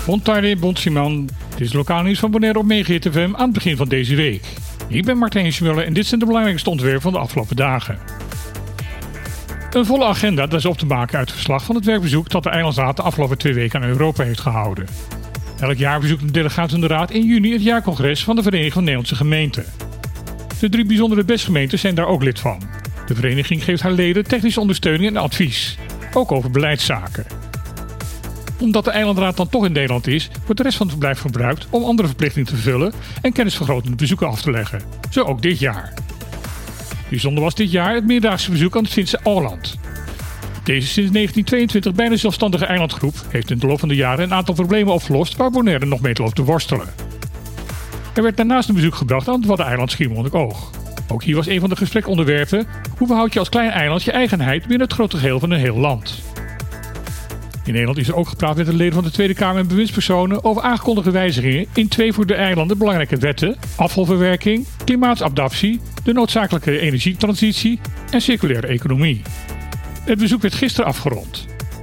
Bontare, Bonsiman. Dit is lokaal nieuws van Bonaire op MegaHit-FM aan het begin van deze week. Ik ben Martijn Schmuller en dit zijn de belangrijkste onderwerpen van de afgelopen dagen. Een volle agenda, dat is op te maken uit het verslag van het werkbezoek dat de Eilandsraad de afgelopen 2 weken aan Europa heeft gehouden. Elk jaar bezoekt een delegaat van de Raad in juni het jaarcongres van de Vereniging van Nederlandse Gemeenten. De 3 bijzondere bestgemeenten zijn daar ook lid van. De vereniging geeft haar leden technische ondersteuning en advies, ook over beleidszaken. Omdat de Eilandraad dan toch in Nederland is, wordt de rest van het verblijf gebruikt om andere verplichtingen te vervullen en kennisvergrotende bezoeken af te leggen. Zo ook dit jaar. Bijzonder was dit jaar het meerdaagse bezoek aan het Finse Åland. Deze sinds 1922 bijna zelfstandige eilandgroep heeft in de loop van de jaren een aantal problemen opgelost waar Bonaire nog mee loopt te worstelen. Er werd daarnaast een bezoek gebracht aan het Waddeneiland Schiermonnikoog. Ook hier was een van de gesprekonderwerpen: hoe behoud je als klein eiland je eigenheid binnen het grote geheel van een heel land? In Nederland is er ook gepraat met de leden van de Tweede Kamer en bewindspersonen over aangekondigde wijzigingen in 2 voor de eilanden belangrijke wetten: afvalverwerking, klimaatadaptatie, de noodzakelijke energietransitie en circulaire economie. Het bezoek werd gisteren afgerond.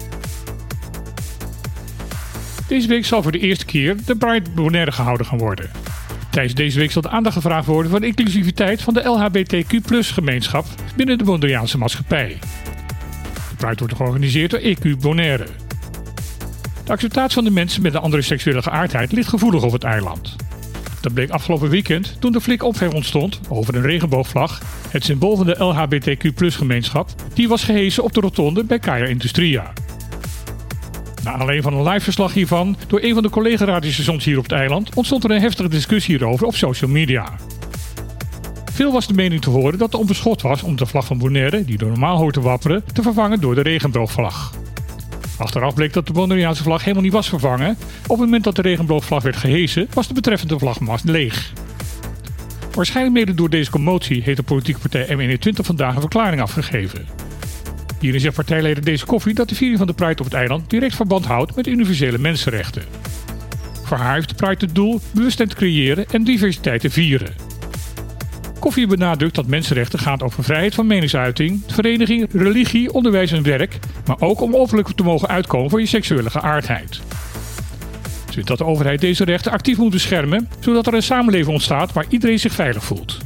Deze week zal voor de eerste keer de Pride Bonaire gehouden gaan worden. Tijdens deze week zal de aandacht gevraagd worden voor de inclusiviteit van de LHBTQ+-gemeenschap binnen de Bonaireaanse maatschappij. De Pride wordt georganiseerd door EQ Bonaire. De acceptatie van de mensen met een andere seksuele geaardheid ligt gevoelig op het eiland. Dat bleek afgelopen weekend toen er flink ophef ontstond over een regenboogvlag, het symbool van de LHBTQ+-gemeenschap, die was gehesen op de rotonde bij Kaya Industria. Na alleen van een live verslag hiervan door een van de collega-radiostations hier op het eiland ontstond er een heftige discussie hierover op social media. Veel was de mening te horen dat er onbeschot was om de vlag van Bonaire, die er normaal hoort te wapperen, te vervangen door de regenboogvlag. Achteraf bleek dat de Bonaireaanse vlag helemaal niet was vervangen. Op het moment dat de regenboogvlag werd gehesen, was de betreffende vlagmast leeg. Waarschijnlijk mede door deze commotie heeft de politieke partij M21 vandaag een verklaring afgegeven. Hierin zegt partijleider Deze Koffie dat de viering van de Pride op het eiland direct verband houdt met universele mensenrechten. Voor haar heeft de Pride het doel bewustzijn te creëren en diversiteit te vieren. Koffie benadrukt dat mensenrechten gaan over vrijheid van meningsuiting, vereniging, religie, onderwijs en werk, maar ook om openlijk te mogen uitkomen voor je seksuele geaardheid. Ze vindt dat de overheid deze rechten actief moet beschermen, zodat er een samenleving ontstaat waar iedereen zich veilig voelt.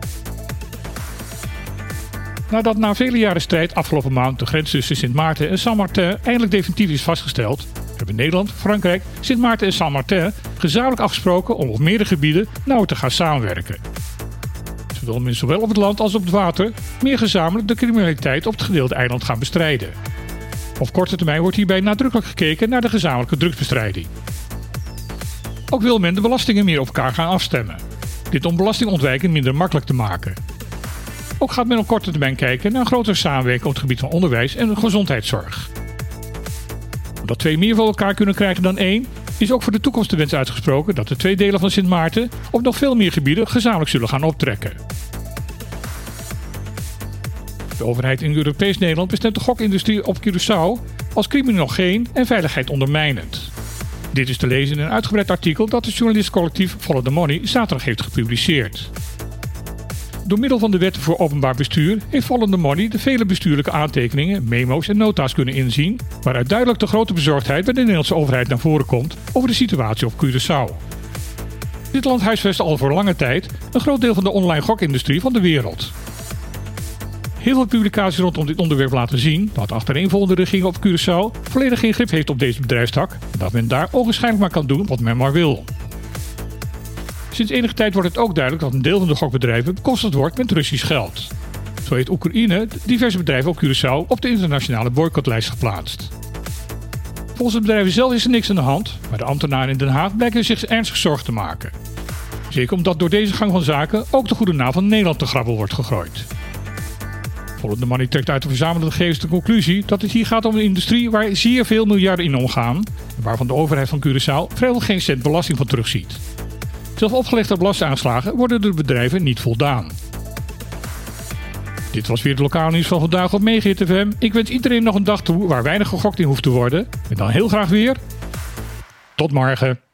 Nadat na vele jaren strijd afgelopen maand de grens tussen Sint Maarten en Saint-Martin eindelijk definitief is vastgesteld, hebben Nederland, Frankrijk, Sint Maarten en Saint-Martin gezamenlijk afgesproken om op meerdere gebieden nauwer te gaan samenwerken. Ze willen zowel op het land als op het water meer gezamenlijk de criminaliteit op het gedeelde eiland gaan bestrijden. Op korte termijn wordt hierbij nadrukkelijk gekeken naar de gezamenlijke drugsbestrijding. Ook wil men de belastingen meer op elkaar gaan afstemmen. Dit om belastingontwijking minder makkelijk te maken. Ook gaat men op korte termijn kijken naar een grotere samenwerking op het gebied van onderwijs en gezondheidszorg. Omdat 2 meer voor elkaar kunnen krijgen dan 1, is ook voor de toekomst de wens uitgesproken dat de 2 delen van Sint Maarten op nog veel meer gebieden gezamenlijk zullen gaan optrekken. De overheid in Europees Nederland bestemt de gokindustrie op Curaçao als criminogeen en veiligheid ondermijnend. Dit is te lezen in een uitgebreid artikel dat het journalistencollectief Follow the Money zaterdag heeft gepubliceerd. Door middel van de wetten voor openbaar bestuur heeft Follow the Money de vele bestuurlijke aantekeningen, memo's en nota's kunnen inzien, waaruit duidelijk de grote bezorgdheid bij de Nederlandse overheid naar voren komt over de situatie op Curaçao. Dit land huisvest al voor lange tijd een groot deel van de online gokindustrie van de wereld. Heel veel publicaties rondom dit onderwerp laten zien dat de achtereenvolgende regering op Curaçao volledig geen grip heeft op deze bedrijfstak en dat men daar ogenschijnlijk maar kan doen wat men maar wil. Sinds enige tijd wordt het ook duidelijk dat een deel van de gokbedrijven bekostigd wordt met Russisch geld. Zo heeft Oekraïne diverse bedrijven op Curaçao op de internationale boycottlijst geplaatst. Volgens de bedrijven zelf is er niks aan de hand, maar de ambtenaren in Den Haag blijken zich ernstig zorgen te maken. Zeker omdat door deze gang van zaken ook de goede naam van Nederland te grabbel wordt gegooid. Follow the Money trekt uit de verzamelde gegevens de conclusie dat het hier gaat om een industrie waar zeer veel miljarden in omgaan en waarvan de overheid van Curaçao vrijwel geen cent belasting van terugziet. Zelf opgelegde belastingaanslagen worden door de bedrijven niet voldaan. Dit was weer het lokale nieuws van vandaag op MegaHit-FM. Ik wens iedereen nog een dag toe waar weinig gegokt in hoeft te worden. En dan heel graag weer. Tot morgen.